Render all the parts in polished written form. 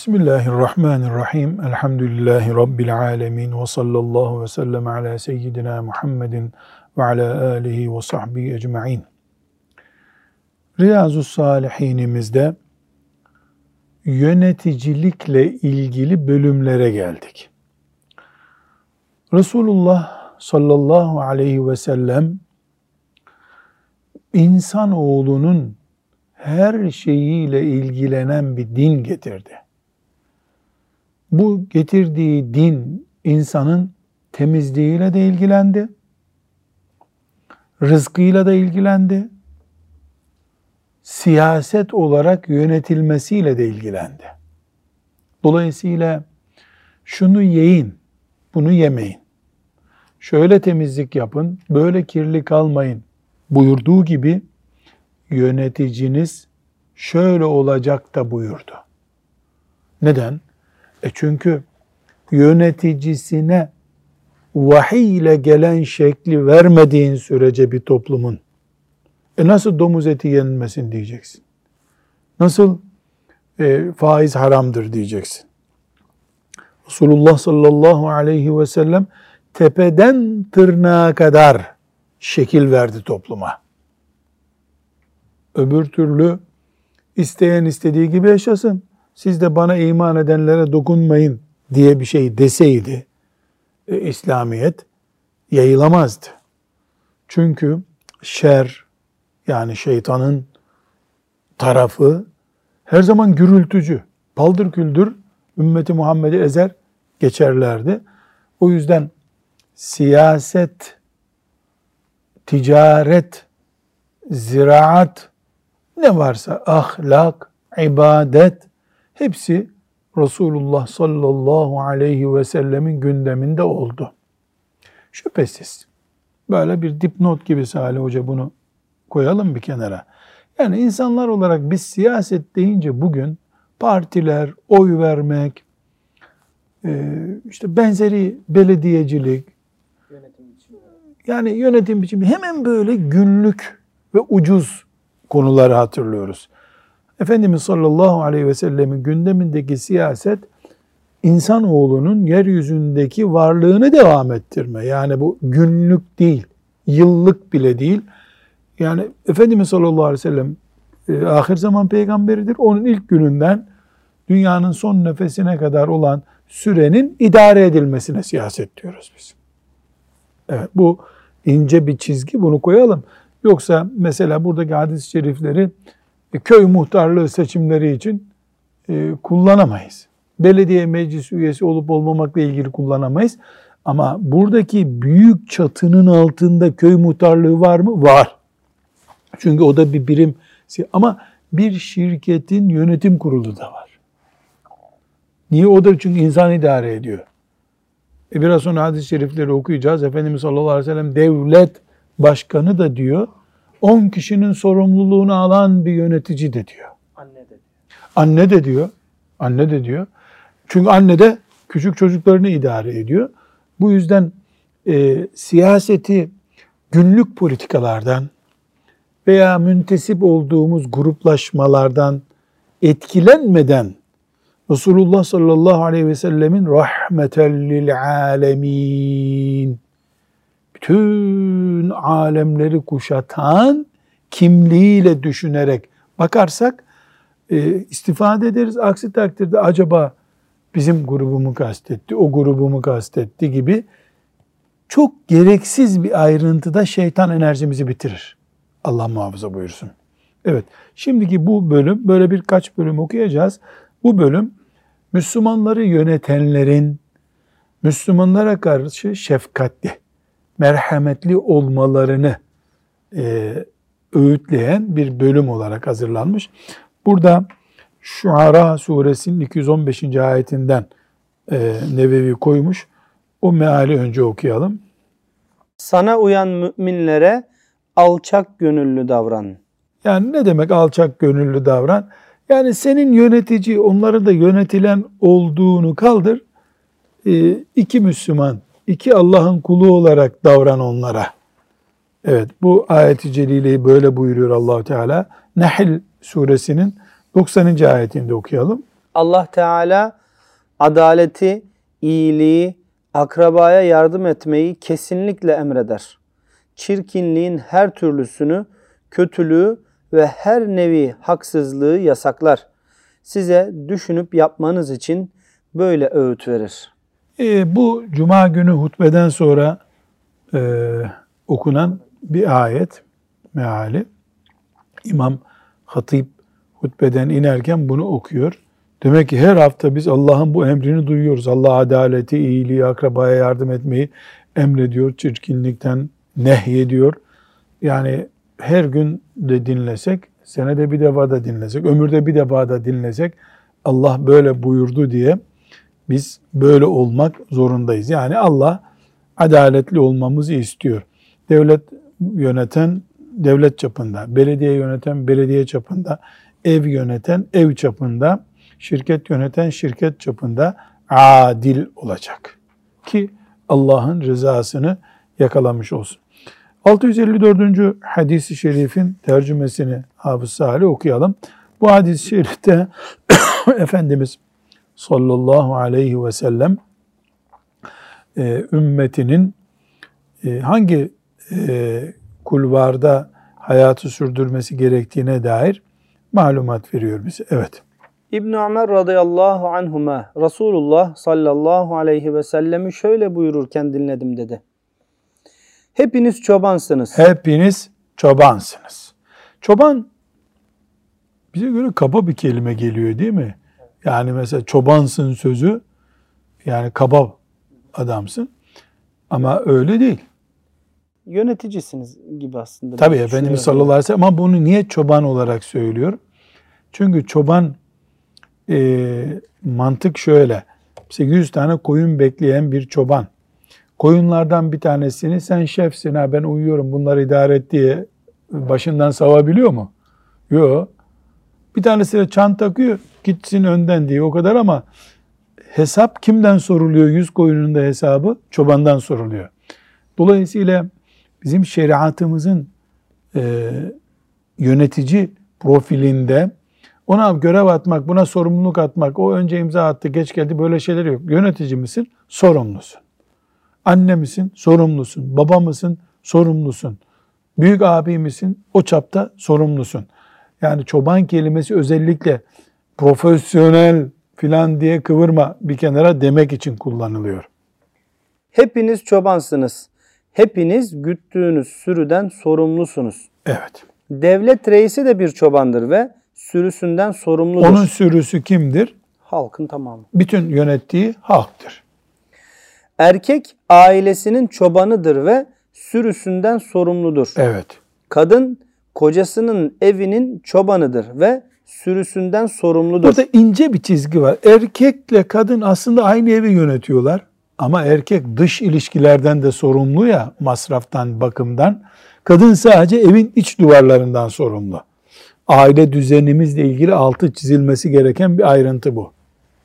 Bismillahirrahmanirrahim. Elhamdülillahi Rabbil alemin. Ve sallallahu ve sellem ala seyyidina Muhammedin ve ala alihi ve sahbihi ecma'in. Riyazu's-Salihinimizde yöneticilikle ilgili bölümlere geldik. Resulullah sallallahu aleyhi ve sellem insanoğlunun her şeyiyle ilgilenen bir din getirdi. Bu getirdiği din insanın temizliğiyle de ilgilendi, rızkıyla da ilgilendi, siyaset olarak yönetilmesiyle de ilgilendi. Dolayısıyla şunu yiyin, bunu yemeyin, şöyle temizlik yapın, böyle kirli kalmayın buyurduğu gibi yöneticiniz şöyle olacak da buyurdu. Neden? Çünkü yöneticisine vahiy ile gelen şekli vermediğin sürece bir toplumun nasıl domuz eti yenilmesin diyeceksin. Nasıl faiz haramdır diyeceksin. Resulullah sallallahu aleyhi ve sellem tepeden tırnağa kadar şekil verdi topluma. Öbür türlü isteyen istediği gibi yaşasın, siz de bana iman edenlere dokunmayın diye bir şey deseydi, İslamiyet yayılamazdı. Çünkü şer, yani şeytanın tarafı her zaman gürültücü, paldır küldür ümmeti Muhammed'i ezer geçerlerdi. O yüzden siyaset, ticaret, ziraat, ne varsa ahlak, ibadet, hepsi Resulullah sallallahu aleyhi ve sellemin gündeminde oldu. Şüphesiz. Böyle bir dipnot gibi Salih Hoca bunu koyalım bir kenara. Yani insanlar olarak biz siyaset deyince bugün partiler, oy vermek, işte benzeri belediyecilik, yani yönetim biçimi hemen böyle günlük ve ucuz konuları hatırlıyoruz. Efendimiz sallallahu aleyhi ve sellemin gündemindeki siyaset, insanoğlunun yeryüzündeki varlığını devam ettirme. Yani bu günlük değil, yıllık bile değil. Yani Efendimiz sallallahu aleyhi ve sellem ahir zaman peygamberidir. Onun ilk gününden dünyanın son nefesine kadar olan sürenin idare edilmesine siyaset diyoruz biz. Evet, bu ince bir çizgi, bunu koyalım. Yoksa mesela buradaki hadis-i şerifleri köy muhtarlığı seçimleri için kullanamayız. Belediye meclis üyesi olup olmamakla ilgili kullanamayız. Ama buradaki büyük çatının altında köy muhtarlığı var mı? Var. Çünkü o da bir birim. Ama bir şirketin yönetim kurulu da var. Niye? O da çünkü insan idare ediyor. Biraz sonra hadis-i şerifleri okuyacağız. Efendimiz sallallahu aleyhi ve sellem devlet başkanı da diyor, 10 kişinin sorumluluğunu alan bir yönetici de diyor. Anne de diyor. Anne de diyor. Anne de diyor. Çünkü anne de küçük çocuklarını idare ediyor. Bu yüzden siyaseti günlük politikalardan veya müntesip olduğumuz gruplaşmalardan etkilenmeden Resulullah sallallahu aleyhi ve sellemin rahmeten lil alemin, bütün alemleri kuşatan kimliğiyle düşünerek bakarsak istifade ederiz. Aksi takdirde acaba bizim grubumu kastetti, o grubumu kastetti gibi çok gereksiz bir ayrıntıda şeytan enerjimizi bitirir. Allah muhafaza buyursun. Evet, şimdiki bu bölüm, böyle birkaç bölüm okuyacağız. Bu bölüm Müslümanları yönetenlerin Müslümanlara karşı şefkatli, merhametli olmalarını öğütleyen bir bölüm olarak hazırlanmış. Burada Şuara suresinin 215. ayetinden Nevevi koymuş. O meali önce okuyalım. Sana uyan müminlere alçak gönüllü davran. Yani ne demek alçak gönüllü davran? Yani senin yönetici, onların da yönetilen olduğunu kaldır. İki Müslüman, iki Allah'ın kulu olarak davran onlara. Evet, bu ayet-i celileyi böyle buyuruyor Allah-u Teala. Nahl suresinin 90. ayetinde okuyalım. Allah Teala adaleti, iyiliği, akrabaya yardım etmeyi kesinlikle emreder. Çirkinliğin her türlüsünü, kötülüğü ve her nevi haksızlığı yasaklar. Size düşünüp yapmanız için böyle öğüt verir. Bu Cuma günü hutbeden sonra okunan bir ayet meali. İmam Hatip hutbeden inerken bunu okuyor. Demek ki her hafta biz Allah'ın bu emrini duyuyoruz. Allah adaleti, iyiliği, akrabaya yardım etmeyi emrediyor. Çirkinlikten nehyediyor. Yani her gün de dinlesek, senede bir defa da dinlesek, ömürde bir defa da dinlesek Allah böyle buyurdu diye biz böyle olmak zorundayız. Yani Allah adaletli olmamızı istiyor. Devlet yöneten devlet çapında, belediye yöneten belediye çapında, ev yöneten ev çapında, şirket yöneten şirket çapında adil olacak. Ki Allah'ın rızasını yakalamış olsun. 654. hadis-i şerifin tercümesini Hafız Salih okuyalım. Bu hadis-i şerifte Efendimiz sallallahu aleyhi ve sellem ümmetinin hangi kulvarda hayatı sürdürmesi gerektiğine dair malumat veriyor bize. Evet. İbn Ömer radıyallahu anhuma Resulullah sallallahu aleyhi ve sellemi şöyle buyururken dinledim dedi. Hepiniz çobansınız. Hepiniz çobansınız. Çoban bize göre kaba bir kelime geliyor değil mi? Yani mesela çobansın sözü yani kaba adamsın ama öyle değil. Yöneticisiniz gibi aslında. Tabii Efendimiz sallallahu aleyhi ve sellem ama bunu niye çoban olarak söylüyor? Çünkü çoban mantık şöyle. 100 tane koyun bekleyen bir çoban. Koyunlardan bir tanesini sen şefsin ha ben uyuyorum bunları idare et diye başından savabiliyor mu? Yok. Bir tanesi çan takıyor gitsin önden diye o kadar ama hesap kimden soruluyor? 100 koyunun da hesabı çobandan soruluyor. Dolayısıyla bizim şeriatımızın yönetici profilinde ona görev atmak, buna sorumluluk atmak, o önce imza attı, geç geldi böyle şeyler yok. Yönetici misin? Sorumlusun. Anne misin? Sorumlusun. Baba mısın? Sorumlusun. Büyük abi misin? O çapta sorumlusun. Yani çoban kelimesi özellikle profesyonel filan diye kıvırma bir kenara demek için kullanılıyor. Hepiniz çobansınız. Hepiniz güttüğünüz sürüden sorumlusunuz. Evet. Devlet reisi de bir çobandır ve sürüsünden sorumludur. Onun sürüsü kimdir? Halkın tamamı. Bütün yönettiği halktır. Erkek ailesinin çobanıdır ve sürüsünden sorumludur. Evet. Kadın kocasının evinin çobanıdır ve sürüsünden sorumludur. Burada ince bir çizgi var. Erkekle kadın aslında aynı evi yönetiyorlar. Ama erkek dış ilişkilerden de sorumlu ya, masraftan, bakımdan. Kadın sadece evin iç duvarlarından sorumlu. Aile düzenimizle ilgili altı çizilmesi gereken bir ayrıntı bu.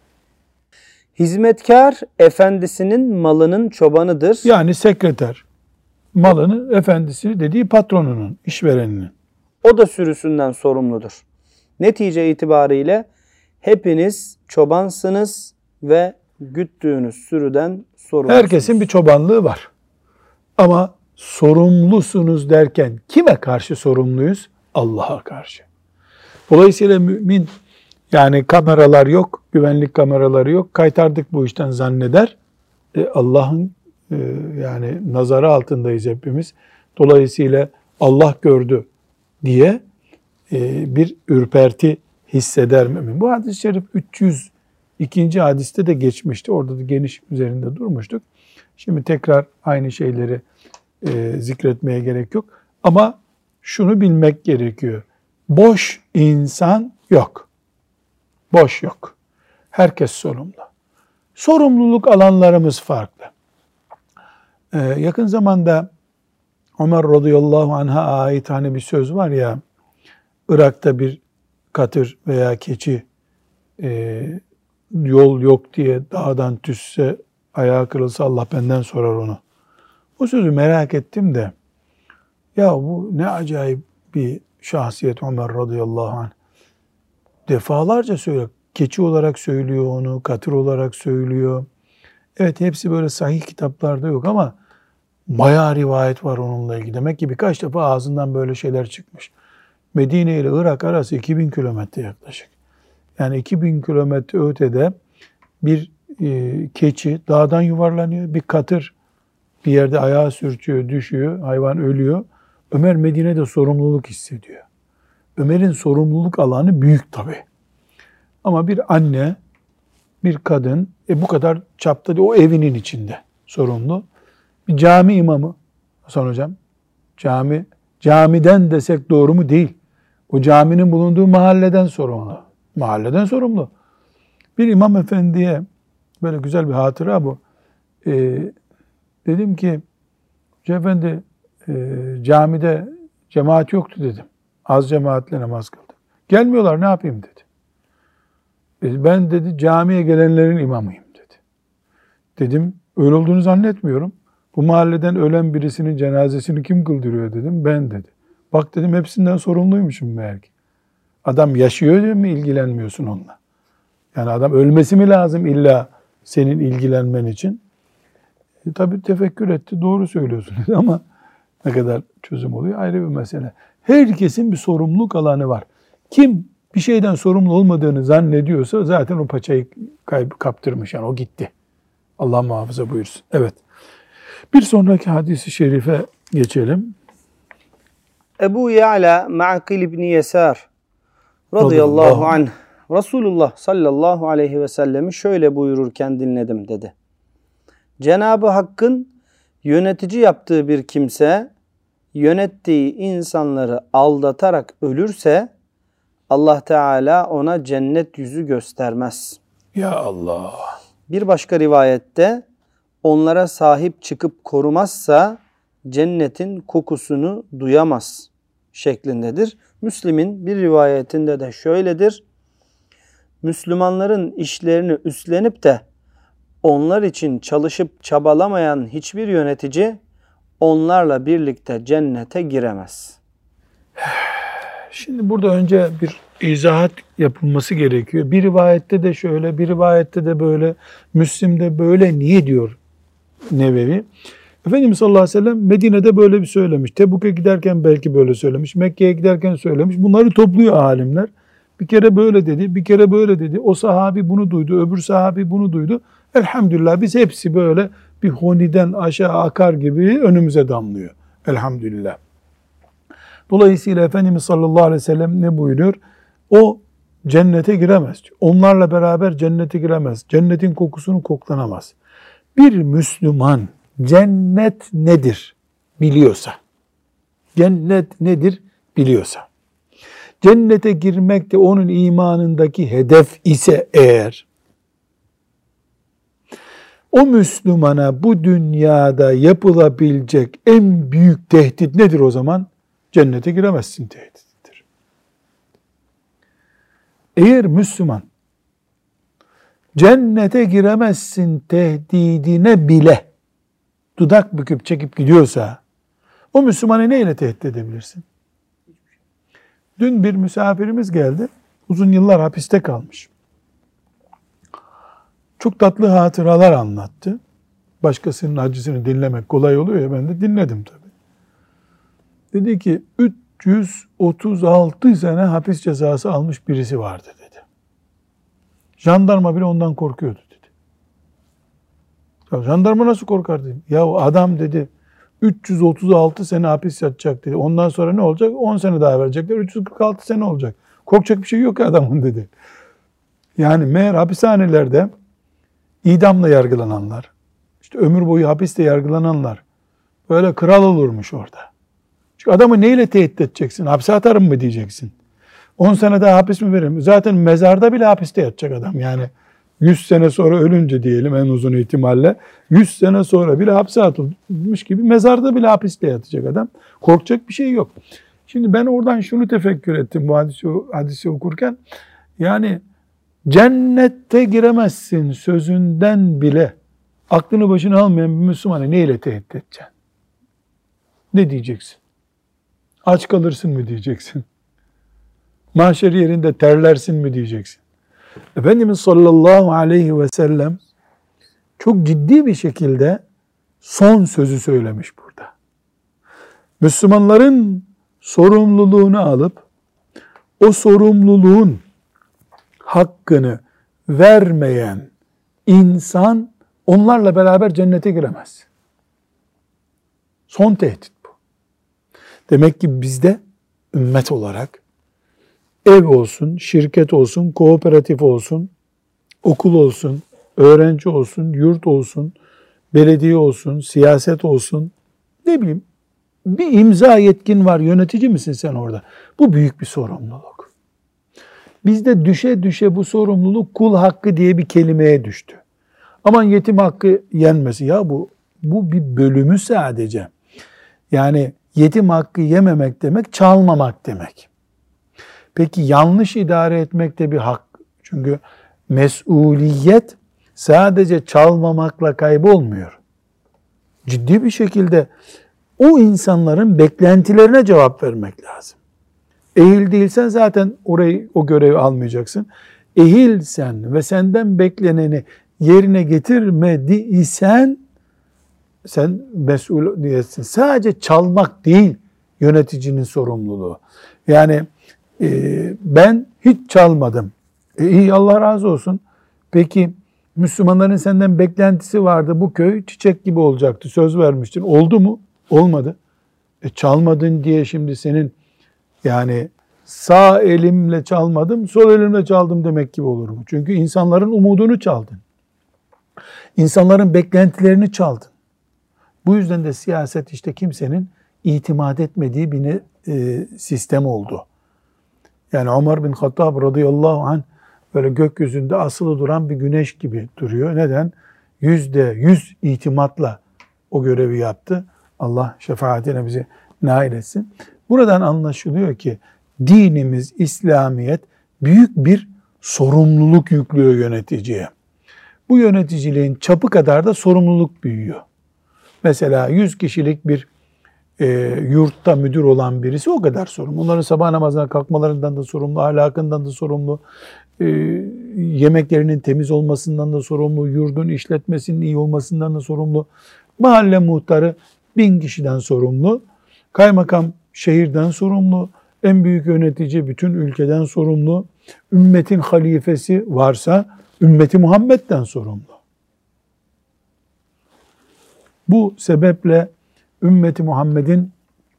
Hizmetkar efendisinin malının çobanıdır. Yani sekreter malını efendisi dediği patronunun, işvereninin. O da sürüsünden sorumludur. Netice itibariyle hepiniz çobansınız ve güttüğünüz sürüden sorumlusunuz. Herkesin bir çobanlığı var. Ama sorumlusunuz derken kime karşı sorumluyuz? Allah'a karşı. Dolayısıyla mümin yani kameralar yok, güvenlik kameraları yok. Kaytardık bu işten zanneder. Allah'ın yani nazarı altındayız hepimiz. Dolayısıyla Allah gördü diye bir ürperti hisseder mümin. Bu hadis-i şerif 302. hadiste de geçmişti. Orada da geniş üzerinde durmuştuk. Şimdi tekrar aynı şeyleri zikretmeye gerek yok. Ama şunu bilmek gerekiyor. Boş insan yok. Boş yok. Herkes sorumlu. Sorumluluk alanlarımız farklı. Yakın zamanda Ömer radıyallahu anh'a ait hani bir söz var ya, Irak'ta bir katır veya keçi yol yok diye dağdan düşse, ayağı kırılsa Allah benden sorar onu. O sözü merak ettim de, ya bu ne acayip bir şahsiyet Ömer radıyallahu anh. Defalarca söylüyor. Keçi olarak söylüyor onu, katır olarak söylüyor. Evet, hepsi böyle sahih kitaplarda yok ama bayağı rivayet var onunla ilgili. Demek ki birkaç defa ağzından böyle şeyler çıkmış. Medine ile Irak arası 2000 kilometre yaklaşık. Yani 2000 kilometre ötede bir keçi dağdan yuvarlanıyor. Bir katır bir yerde ayağı sürtüyor, düşüyor. Hayvan ölüyor. Ömer Medine'de sorumluluk hissediyor. Ömer'in sorumluluk alanı büyük tabii. Ama bir anne, bir kadın bu kadar çapta o evinin içinde sorumlu. Bir cami imamı Hasan Hocam. Camiden desek doğru mu? Değil. O caminin bulunduğu mahalleden sorumlu. Mahalleden sorumlu. Bir imam efendiye böyle güzel bir hatıra bu. Dedim ki Hoca efendi camide cemaat yoktu dedim. Az cemaatle namaz kıldık. Gelmiyorlar, ne yapayım dedi. Ben dedi camiye gelenlerin imamıyım dedi. Dedim öyle olduğunu zannetmiyorum. Bu mahalleden ölen birisinin cenazesini kim kıldırıyor dedim. Ben dedi. Bak dedim hepsinden sorumluymuşum meğer ki. Adam yaşıyor diye mi ilgilenmiyorsun onunla? Yani adam ölmesi mi lazım illa senin ilgilenmen için? Tabii tefekkür etti, doğru söylüyorsun dedi ama ne kadar çözüm oluyor ayrı bir mesele. Herkesin bir sorumluluk alanı var. Kim bir şeyden sorumlu olmadığını zannediyorsa zaten o paçayı kaptırmış, yani o gitti. Allah muhafaza buyursun. Evet. Bir sonraki hadis-i şerife geçelim. Ebu Ya'la Ma'kil İbni Yesar radıyallahu anh Resulullah sallallahu aleyhi ve sellemi şöyle buyururken dinledim dedi. Cenab-ı Hakk'ın yönetici yaptığı bir kimse yönettiği insanları aldatarak ölürse Allah Teala ona cennet yüzü göstermez. Ya Allah. Bir başka rivayette onlara sahip çıkıp korumazsa cennetin kokusunu duyamaz şeklindedir. Müslim'in bir rivayetinde de şöyledir. Müslümanların işlerini üstlenip de onlar için çalışıp çabalamayan hiçbir yönetici onlarla birlikte cennete giremez. Şimdi burada önce bir izahat yapılması gerekiyor. Bir rivayette de şöyle, bir rivayette de böyle, Müslim'de böyle niye diyor Nevevi? Efendimiz sallallahu aleyhi ve sellem Medine'de böyle bir söylemiş. Tebuk'a giderken belki böyle söylemiş. Mekke'ye giderken söylemiş. Bunları topluyor alimler. Bir kere böyle dedi, bir kere böyle dedi. O sahabi bunu duydu, öbür sahabi bunu duydu. Elhamdülillah biz hepsi böyle bir honiden aşağı akar gibi önümüze damlıyor. Elhamdülillah. Dolayısıyla Efendimiz sallallahu aleyhi ve sellem ne buyuruyor? O cennete giremez. Onlarla beraber cennete giremez. Cennetin kokusunu koklanamaz. Bir Müslüman cennet nedir biliyorsa, cennet nedir biliyorsa, cennete girmek de onun imanındaki hedef ise eğer, o Müslümana bu dünyada yapılabilecek en büyük tehdit nedir o zaman? Cennete giremezsin tehdididir. Eğer Müslüman cennete giremezsin tehdidine bile dudak büküp çekip gidiyorsa o Müslümanı neyle tehdit edebilirsin? Dün bir misafirimiz geldi. Uzun yıllar hapiste kalmış. Çok tatlı hatıralar anlattı. Başkasının acısını dinlemek kolay oluyor ya, ben de dinledim tabii. Dedi ki 336 sene hapis cezası almış birisi vardı dedi. Jandarma bile ondan korkuyordu dedi. Ya jandarma nasıl korkar dedim. Ya adam dedi 336 sene hapis yatacak dedi. Ondan sonra ne olacak? 10 sene daha verecekler. 346 sene olacak. Korkacak bir şey yok adamın dedi. Yani meğer hapishanelerde idamla yargılananlar, işte ömür boyu hapiste yargılananlar böyle kral olurmuş orada. Çünkü adamı neyle tehdit edeceksin? Hapse atarım mı diyeceksin? 10 sene daha hapis mi veririm? Zaten mezarda bile hapiste yatacak adam. Yani 100 sene sonra ölünce diyelim en uzun ihtimalle 100 sene sonra bile hapse atılmış gibi mezarda bile hapiste yatacak adam. Korkacak bir şey yok. Şimdi ben oradan şunu tefekkür ettim bu hadisi okurken. Yani cennette giremezsin sözünden bile aklını başına almayan bir Müslümanı neyle tehdit edeceksin? Ne diyeceksin? Aç kalırsın mı diyeceksin? Mahşer yerinde terlersin mi diyeceksin? Efendimiz sallallahu aleyhi ve sellem çok ciddi bir şekilde son sözü söylemiş burada. Müslümanların sorumluluğunu alıp o sorumluluğun hakkını vermeyen insan onlarla beraber cennete giremez. Son tehdit bu. Demek ki bizde ümmet olarak ev olsun, şirket olsun, kooperatif olsun, okul olsun, öğrenci olsun, yurt olsun, belediye olsun, siyaset olsun, ne bileyim, bir imza yetkin var, yönetici misin sen orada? Bu büyük bir sorumluluk. Bizde düşe düşe bu sorumluluk kul hakkı diye bir kelimeye düştü. Aman yetim hakkı yenmesi. Ya bu bir bölümü sadece. Yani yetim hakkı yememek demek, çalmamak demek. Peki yanlış idare etmek de bir hak. Çünkü mesuliyet sadece çalmamakla kaybolmuyor. Ciddi bir şekilde o insanların beklentilerine cevap vermek lazım. Ehil değilsen zaten o görevi almayacaksın. Ehilsen ve senden bekleneni yerine getirmediysen sen mesul değilsin. Sadece çalmak değil yöneticinin sorumluluğu. Yani ben hiç çalmadım. İyi, Allah razı olsun. Peki Müslümanların senden beklentisi vardı. Bu köy çiçek gibi olacaktı. Söz vermiştin. Oldu mu? Olmadı. Çalmadın diye şimdi senin yani sağ elimle çalmadım, sol elimle çaldım demek gibi olur mu? Çünkü insanların umudunu çaldın. İnsanların beklentilerini çaldın. Bu yüzden de siyaset işte kimsenin itimat etmediği bir sistem oldu. Yani Ömer bin Hattab radıyallahu anh böyle gökyüzünde asılı duran bir güneş gibi duruyor. Neden? %100 itimatla o görevi yaptı. Allah şefaatine bizi nail etsin. Buradan anlaşılıyor ki dinimiz, İslamiyet büyük bir sorumluluk yüklüyor yöneticiye. Bu yöneticiliğin çapı kadar da sorumluluk büyüyor. Mesela 100 kişilik bir yurtta müdür olan birisi o kadar sorumlu. Onların sabah namazına kalkmalarından da sorumlu, ahlakından da sorumlu, yemeklerinin temiz olmasından da sorumlu, yurdun işletmesinin iyi olmasından da sorumlu. Mahalle muhtarı 1000 kişiden sorumlu, kaymakam şehirden sorumlu, en büyük yönetici bütün ülkeden sorumlu, ümmetin halifesi varsa ümmeti Muhammed'den sorumlu. Bu sebeple ümmeti Muhammed'in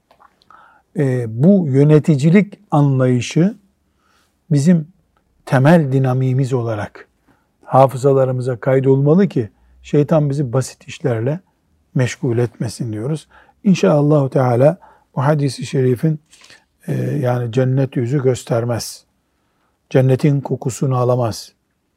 bu yöneticilik anlayışı bizim temel dinamiğimiz olarak hafızalarımıza kaydolmalı ki şeytan bizi basit işlerle meşgul etmesin diyoruz. İnşallah Teala bu hadis-i şerifin yani cennet yüzü göstermez. Cennetin kokusunu alamaz.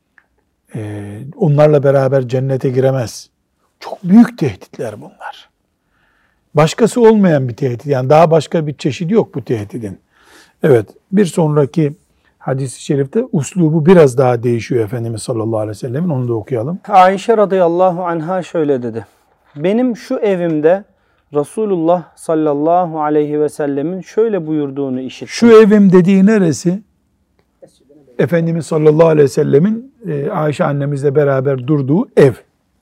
Onlarla beraber cennete giremez. Çok büyük tehditler bunlar. Başkası olmayan bir tehdit. Yani daha başka bir çeşidi yok bu tehdidin. Evet, bir sonraki hadis-i şerifte uslubu biraz daha değişiyor Efendimiz sallallahu aleyhi ve sellemin. Onu da okuyalım. Ayşe radıyallahu anha şöyle dedi. Benim şu evimde Resulullah sallallahu aleyhi ve sellemin şöyle buyurduğunu işittim. Şu evim dediği neresi? Efendimiz sallallahu aleyhi ve sellemin Ayşe annemizle beraber durduğu ev.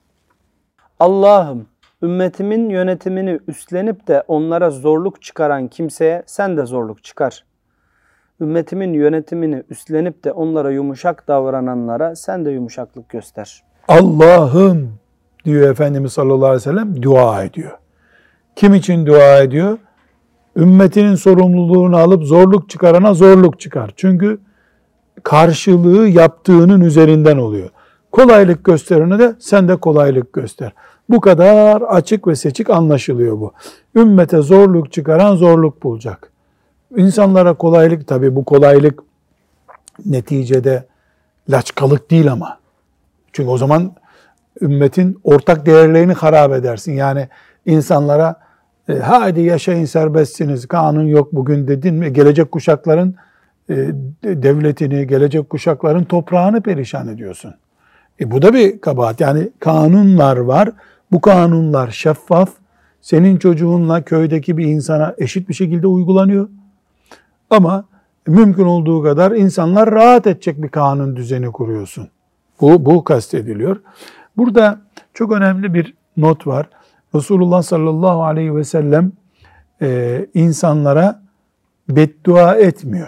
Allah'ım, ümmetimin yönetimini üstlenip de onlara zorluk çıkaran kimseye sen de zorluk çıkar. Ümmetimin yönetimini üstlenip de onlara yumuşak davrananlara sen de yumuşaklık göster. Allah'ım diyor Efendimiz sallallahu aleyhi ve sellem, dua ediyor. Kim için dua ediyor? Ümmetinin sorumluluğunu alıp zorluk çıkarana zorluk çıkar. Çünkü karşılığı yaptığının üzerinden oluyor. Kolaylık gösterene de sen de kolaylık göster. Bu kadar açık ve seçik anlaşılıyor bu. Ümmete zorluk çıkaran zorluk bulacak. İnsanlara kolaylık, tabii bu kolaylık neticede laçkalık değil ama. Çünkü o zaman ümmetin ortak değerlerini harap edersin. Yani insanlara hadi yaşayın serbestsiniz, kanun yok bugün dedin mi gelecek kuşakların devletini, gelecek kuşakların toprağını perişan ediyorsun. Bu da bir kabahat. Yani kanunlar var. Bu kanunlar şeffaf. Senin çocuğunla köydeki bir insana eşit bir şekilde uygulanıyor. Ama mümkün olduğu kadar insanlar rahat edecek bir kanun düzeni kuruyorsun. Bu kastediliyor. Burada çok önemli bir not var. Resulullah sallallahu aleyhi ve sellem insanlara beddua etmiyor.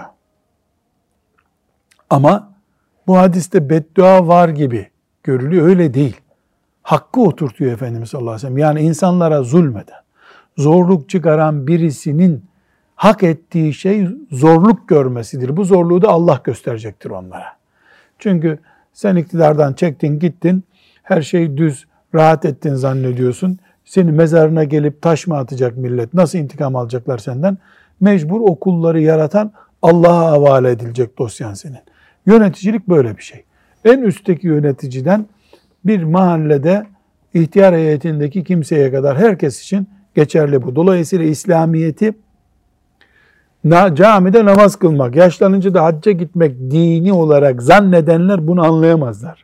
Ama bu hadiste beddua var gibi görülüyor. Öyle değil. Hakkı oturtuyor Efendimiz sallallahu aleyhi ve sellem. Yani insanlara zulmeden, zorluk çıkaran birisinin hak ettiği şey zorluk görmesidir. Bu zorluğu da Allah gösterecektir onlara. Çünkü sen iktidardan çektin gittin, her şey düz, rahat ettin zannediyorsun. Seni mezarına gelip taş mı atacak millet? Nasıl intikam alacaklar senden? Mecbur o kulları yaratan Allah'a havale edilecek dosyan senin. Yöneticilik böyle bir şey. En üstteki yöneticiden bir mahallede ihtiyar heyetindeki kimseye kadar herkes için geçerli bu. Dolayısıyla İslamiyet'i camide namaz kılmak, yaşlanınca da hacca gitmek dini olarak zannedenler bunu anlayamazlar.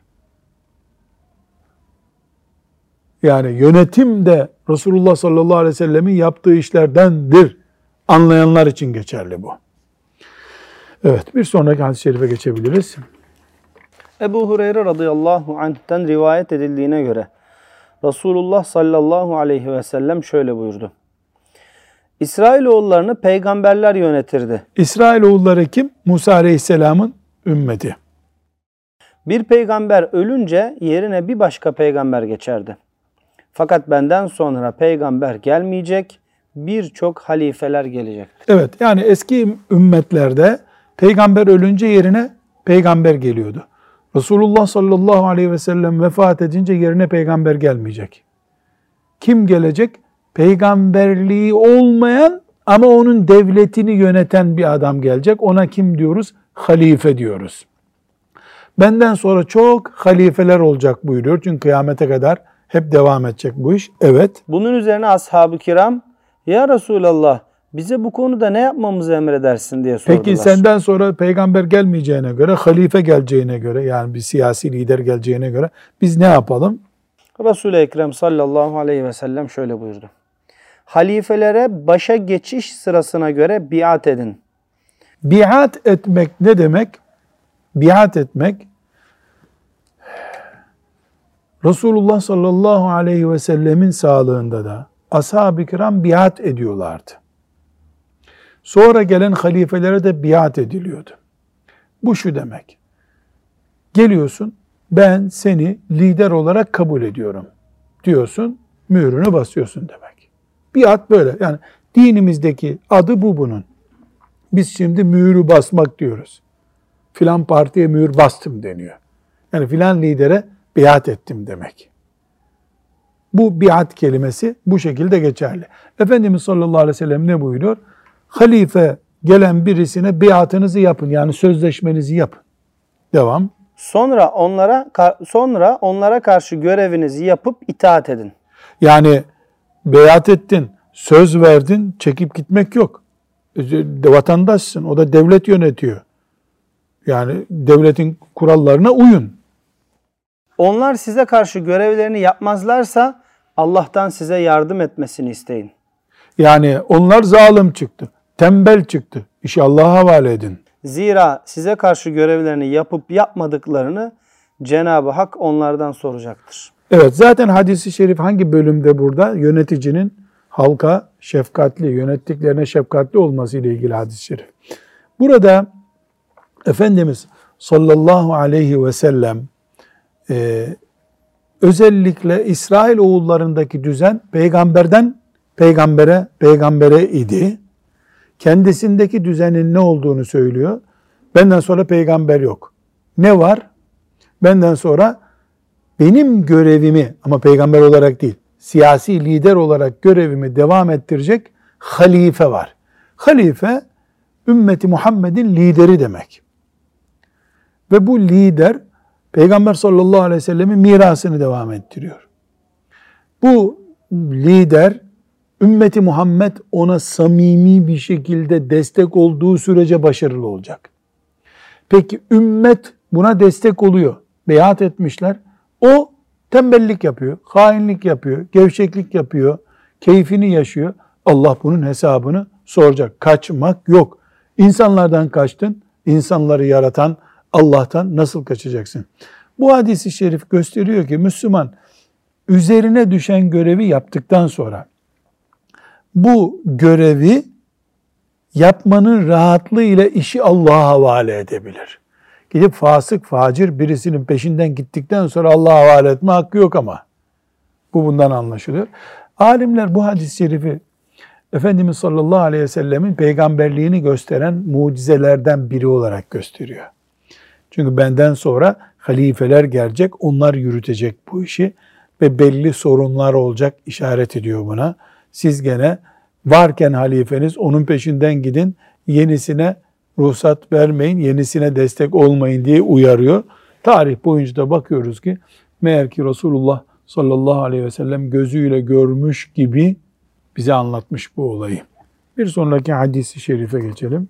Yani yönetim de Resulullah sallallahu aleyhi ve sellemin yaptığı işlerdendir anlayanlar için geçerli bu. Evet, bir sonraki hadis-i şerife geçebiliriz. Ebu Hureyre radıyallahu anh'ten rivayet edildiğine göre Resulullah sallallahu aleyhi ve sellem şöyle buyurdu. İsrailoğullarını peygamberler yönetirdi. İsrailoğulları kim? Musa aleyhisselamın ümmeti. Bir peygamber ölünce yerine bir başka peygamber geçerdi. Fakat benden sonra peygamber gelmeyecek, birçok halifeler gelecektir. Evet, yani eski ümmetlerde peygamber ölünce yerine peygamber geliyordu. Resulullah sallallahu aleyhi ve sellem vefat edince yerine peygamber gelmeyecek. Kim gelecek? Peygamberliği olmayan ama onun devletini yöneten bir adam gelecek. Ona kim diyoruz? Halife diyoruz. Benden sonra çok halifeler olacak buyuruyor. Çünkü kıyamete kadar hep devam edecek bu iş. Evet. Bunun üzerine ashab-ı kiram, ya Resulallah bize bu konuda ne yapmamızı emredersin diye sordular. Peki senden sonra peygamber gelmeyeceğine göre, halife geleceğine göre, yani bir siyasi lider geleceğine göre biz ne yapalım? Resul-i Ekrem sallallahu aleyhi ve sellem şöyle buyurdu. Halifelere başa geçiş sırasına göre biat edin. Biat etmek ne demek? Biat etmek, Resulullah sallallahu aleyhi ve sellemin sağlığında da ashab-ı kiram biat ediyorlardı. Sonra gelen halifelere de biat ediliyordu. Bu şu demek. Geliyorsun, ben seni lider olarak kabul ediyorum diyorsun, mührünü basıyorsun demek. Biat böyle. Yani dinimizdeki adı bu bunun. Biz şimdi mührü basmak diyoruz. Filan partiye mühür bastım deniyor. Yani filan lidere biat ettim demek. Bu biat kelimesi bu şekilde geçerli. Efendimiz sallallahu aleyhi ve sellem ne buyuruyor? Halife gelen birisine biatınızı yapın. Yani sözleşmenizi yapın. Devam. Sonra onlara karşı görevinizi yapıp itaat edin. Yani biat ettin, söz verdin, çekip gitmek yok. Vatandaşsın, o da devlet yönetiyor. Yani devletin kurallarına uyun. Onlar size karşı görevlerini yapmazlarsa Allah'tan size yardım etmesini isteyin. Yani onlar zalim çıktı, tembel çıktı. İşi Allah'a havale edin. Zira size karşı görevlerini yapıp yapmadıklarını Cenab-ı Hak onlardan soracaktır. Evet, zaten hadis-i şerif hangi bölümde burada? Yöneticinin halka şefkatli, yönettiklerine şefkatli olması ile ilgili hadis-i şerif. Burada Efendimiz sallallahu aleyhi ve sellem özellikle İsrail oğullarındaki düzen peygamberden peygambere idi. Kendisindeki düzenin ne olduğunu söylüyor. Benden sonra peygamber yok. Ne var? Benden sonra benim görevimi, ama peygamber olarak değil, siyasi lider olarak görevimi devam ettirecek halife var. Halife, ümmeti Muhammed'in lideri demek. Ve bu lider, Peygamber sallallahu aleyhi ve sellemin mirasını devam ettiriyor. Bu lider, ümmeti Muhammed ona samimi bir şekilde destek olduğu sürece başarılı olacak. Peki ümmet buna destek oluyor. Beyat etmişler. O tembellik yapıyor, hainlik yapıyor, gevşeklik yapıyor, keyfini yaşıyor. Allah bunun hesabını soracak. Kaçmak yok. İnsanlardan kaçtın, insanları yaratan Allah'tan nasıl kaçacaksın? Bu hadis-i şerif gösteriyor ki Müslüman üzerine düşen görevi yaptıktan sonra bu görevi yapmanın rahatlığıyla işi Allah'a havale edebilir. Gidip fasık, facir birisinin peşinden gittikten sonra Allah'a havale etme hakkı yok ama. Bu bundan anlaşılıyor. Alimler bu hadis-i şerifi Efendimiz sallallahu aleyhi ve sellemin peygamberliğini gösteren mucizelerden biri olarak gösteriyor. Çünkü benden sonra halifeler gelecek, onlar yürütecek bu işi ve belli sorunlar olacak, işaret ediyor buna. Siz gene varken halifeniz onun peşinden gidin, yenisine ruhsat vermeyin, yenisine destek olmayın diye uyarıyor. Tarih boyunca da bakıyoruz ki meğer ki Resulullah sallallahu aleyhi ve sellem gözüyle görmüş gibi bize anlatmış bu olayı. Bir sonraki hadis-i şerife geçelim.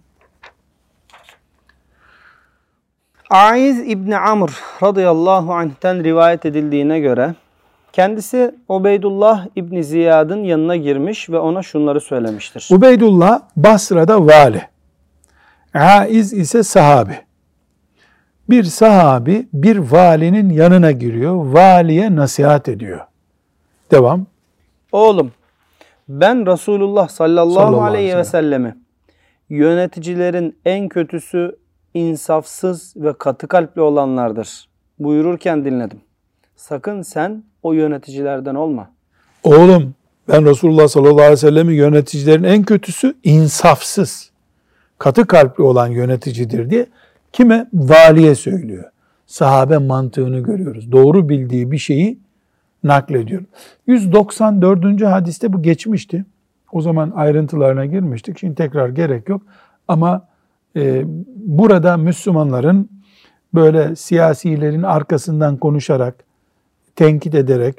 Aiz İbni Amr radıyallahu anh'ten rivayet edildiğine göre kendisi Ubeydullah İbni Ziyad'ın yanına girmiş ve ona şunları söylemiştir. Ubeydullah Basra'da vali. Aiz ise sahabi. Bir sahabi bir valinin yanına giriyor. Valiye nasihat ediyor. Devam. Oğlum, ben Resulullah sallallahu aleyhi ve sellemi yöneticilerin en kötüsü insafsız ve katı kalpli olanlardır buyururken dinledim. Sakın sen o yöneticilerden olma. Oğlum, ben Resulullah sallallahu aleyhi ve sellem'in yöneticilerin en kötüsü insafsız, katı kalpli olan yöneticidir diye kime? Valiye söylüyor. Sahabe mantığını görüyoruz. Doğru bildiği bir şeyi naklediyor. 194. hadiste bu geçmişti. O zaman ayrıntılarına girmiştik. Şimdi tekrar gerek yok. Ama burada Müslümanların böyle siyasilerin arkasından konuşarak, tenkit ederek,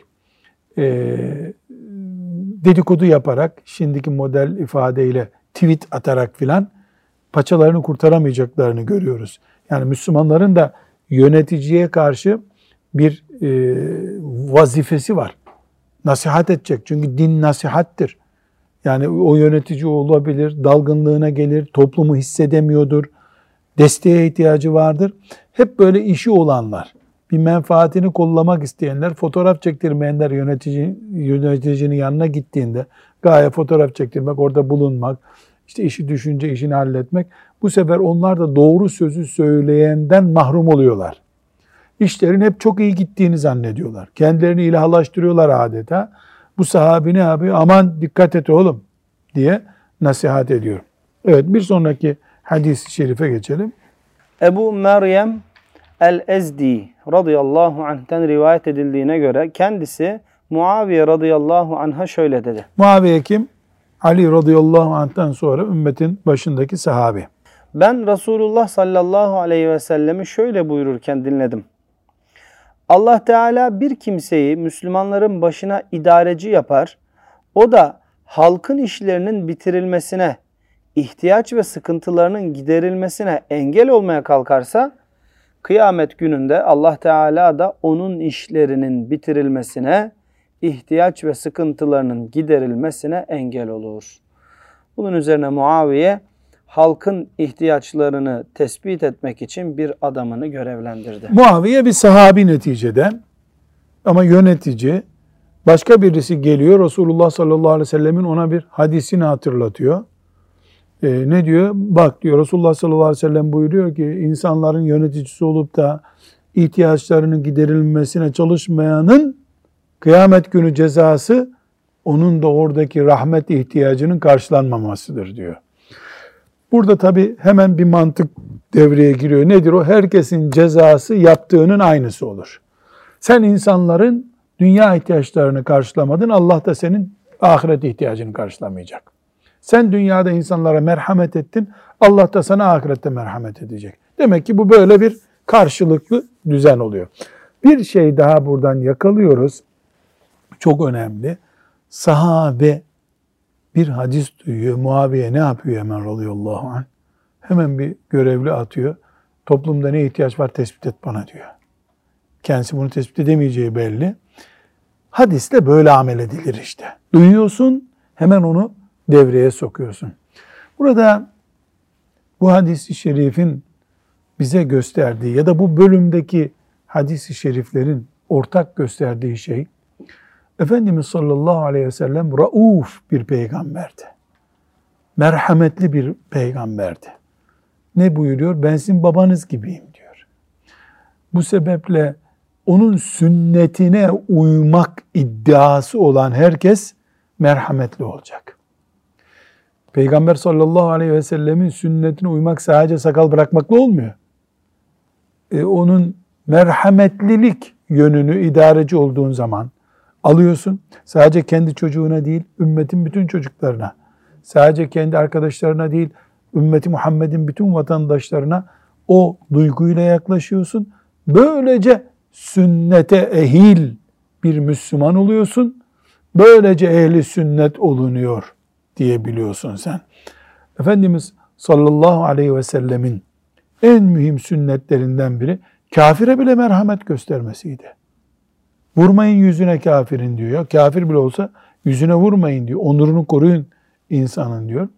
dedikodu yaparak, şimdiki model ifadeyle tweet atarak filan paçalarını kurtaramayacaklarını görüyoruz. Yani Müslümanların da yöneticiye karşı bir vazifesi var. Nasihat edecek. Çünkü din nasihattir. Yani o yönetici olabilir, dalgınlığına gelir, toplumu hissedemiyordur, desteğe ihtiyacı vardır. Hep böyle işi olanlar, bir menfaatini kollamak isteyenler, fotoğraf çektirmeyenler yöneticinin yanına gittiğinde gaye fotoğraf çektirmek, orada bulunmak, işte işi düşünce işini halletmek. Bu sefer onlar da doğru sözü söyleyenden mahrum oluyorlar. İşlerin hep çok iyi gittiğini zannediyorlar. Kendilerini ilahlaştırıyorlar adeta. Bu sahabi ne yapıyor? Aman dikkat et oğlum diye nasihat ediyor. Evet, bir sonraki hadis-i şerife geçelim. Ebu Meryem el-Ezdi radıyallahu anh'ten rivayet edildiğine göre kendisi Muaviye radıyallahu anh'a şöyle dedi. Muaviye kim? Ali radıyallahu anh'tan sonra ümmetin başındaki sahabi. Ben Resulullah sallallahu aleyhi ve sellemi şöyle buyururken dinledim. Allah Teala bir kimseyi Müslümanların başına idareci yapar. O da halkın işlerinin bitirilmesine, ihtiyaç ve sıkıntılarının giderilmesine engel olmaya kalkarsa, kıyamet gününde Allah Teala da onun işlerinin bitirilmesine, ihtiyaç ve sıkıntılarının giderilmesine engel olur. Bunun üzerine Muaviye, halkın ihtiyaçlarını tespit etmek için bir adamını görevlendirdi. Muaviye bir sahabi neticede ama yönetici. Başka birisi geliyor, Resulullah sallallahu aleyhi ve sellemin ona bir hadisini hatırlatıyor. Ne diyor? Bak diyor, Resulullah sallallahu aleyhi ve sellem buyuruyor ki insanların yöneticisi olup da ihtiyaçlarının giderilmesine çalışmayanın kıyamet günü cezası onun da oradaki rahmet ihtiyacının karşılanmamasıdır diyor. Burada tabii hemen bir mantık devreye giriyor. Nedir o? Herkesin cezası yaptığının aynısı olur. Sen insanların dünya ihtiyaçlarını karşılamadın, Allah da senin ahiret ihtiyacını karşılamayacak. Sen dünyada insanlara merhamet ettin, Allah da sana ahirette merhamet edecek. Demek ki bu böyle bir karşılıklı düzen oluyor. Bir şey daha buradan yakalıyoruz. Çok önemli. Sahabe bir hadis duyuyor. Muaviye ne yapıyor hemen radıyallahu anh? Hemen bir görevli atıyor. Toplumda ne ihtiyaç var tespit et bana diyor. Kendisi bunu tespit edemeyeceği belli. Hadisle böyle amel edilir işte. Duyuyorsun, hemen onu devreye sokuyorsun. Burada bu hadis-i şerifin bize gösterdiği ya da bu bölümdeki hadis-i şeriflerin ortak gösterdiği şey, Efendimiz sallallahu aleyhi ve sellem rauf bir peygamberdi. Merhametli bir peygamberdi. Ne buyuruyor? Ben sizin babanız gibiyim diyor. Bu sebeple onun sünnetine uymak iddiası olan herkes merhametli olacak. Peygamber sallallahu aleyhi ve sellemin sünnetine uymak sadece sakal bırakmakla olmuyor. Onun merhametlilik yönünü idareci olduğun zaman alıyorsun. Sadece kendi çocuğuna değil, ümmetin bütün çocuklarına, sadece kendi arkadaşlarına değil, ümmeti Muhammed'in bütün vatandaşlarına o duyguyla yaklaşıyorsun. Böylece sünnete ehil bir Müslüman oluyorsun. Böylece ehli sünnet olunuyor diyebiliyorsun sen. Efendimiz sallallahu aleyhi ve sellemin en mühim sünnetlerinden biri kafire bile merhamet göstermesiydi. Vurmayın yüzüne kafirin diyor. Ya kafir bile olsa yüzüne vurmayın diyor. Onurunu koruyun insanın diyor.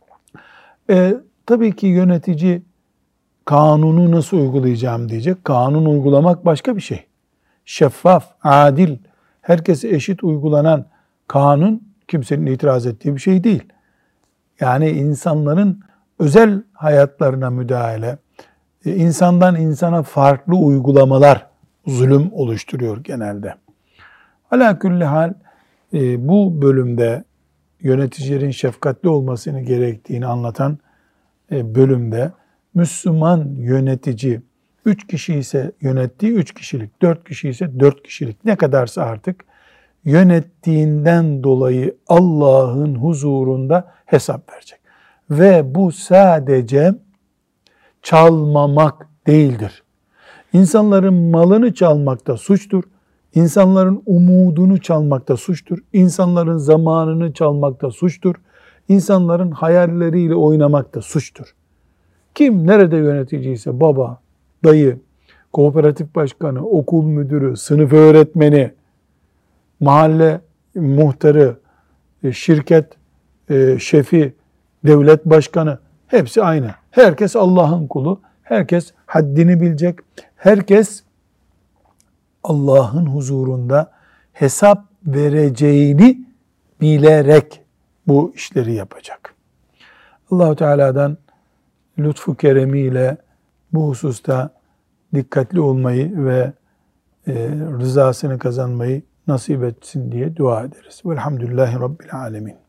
Tabii ki yönetici kanunu nasıl uygulayacağım diyecek. Kanun uygulamak başka bir şey. Şeffaf, adil, herkese eşit uygulanan kanun kimsenin itiraz ettiği bir şey değil. Yani insanların özel hayatlarına müdahale, insandan insana farklı uygulamalar zulüm oluşturuyor genelde. Ala külli hal bu bölümde yöneticilerin şefkatli olmasını gerektiğini anlatan bölümde Müslüman yönetici 3 kişi ise yönettiği 3 kişilik, 4 kişi ise 4 kişilik ne kadarsa artık yönettiğinden dolayı Allah'ın huzurunda hesap verecek. Ve bu sadece çalmamak değildir. İnsanların malını çalmakta suçtur. İnsanların umudunu çalmakta suçtur. İnsanların zamanını çalmakta suçtur. İnsanların hayalleriyle oynamakta suçtur. Kim nerede yöneticiyse baba, dayı, kooperatif başkanı, okul müdürü, sınıf öğretmeni, mahalle muhtarı, şirket şefi, devlet başkanı hepsi aynı. Herkes Allah'ın kulu. Herkes haddini bilecek. Herkes Allah'ın huzurunda hesap vereceğini bilerek bu işleri yapacak. Allah-u Teala'dan lütfu keremiyle bu hususta dikkatli olmayı ve rızasını kazanmayı nasip etsin diye dua ederiz. Velhamdülillahi Rabbil Alemin.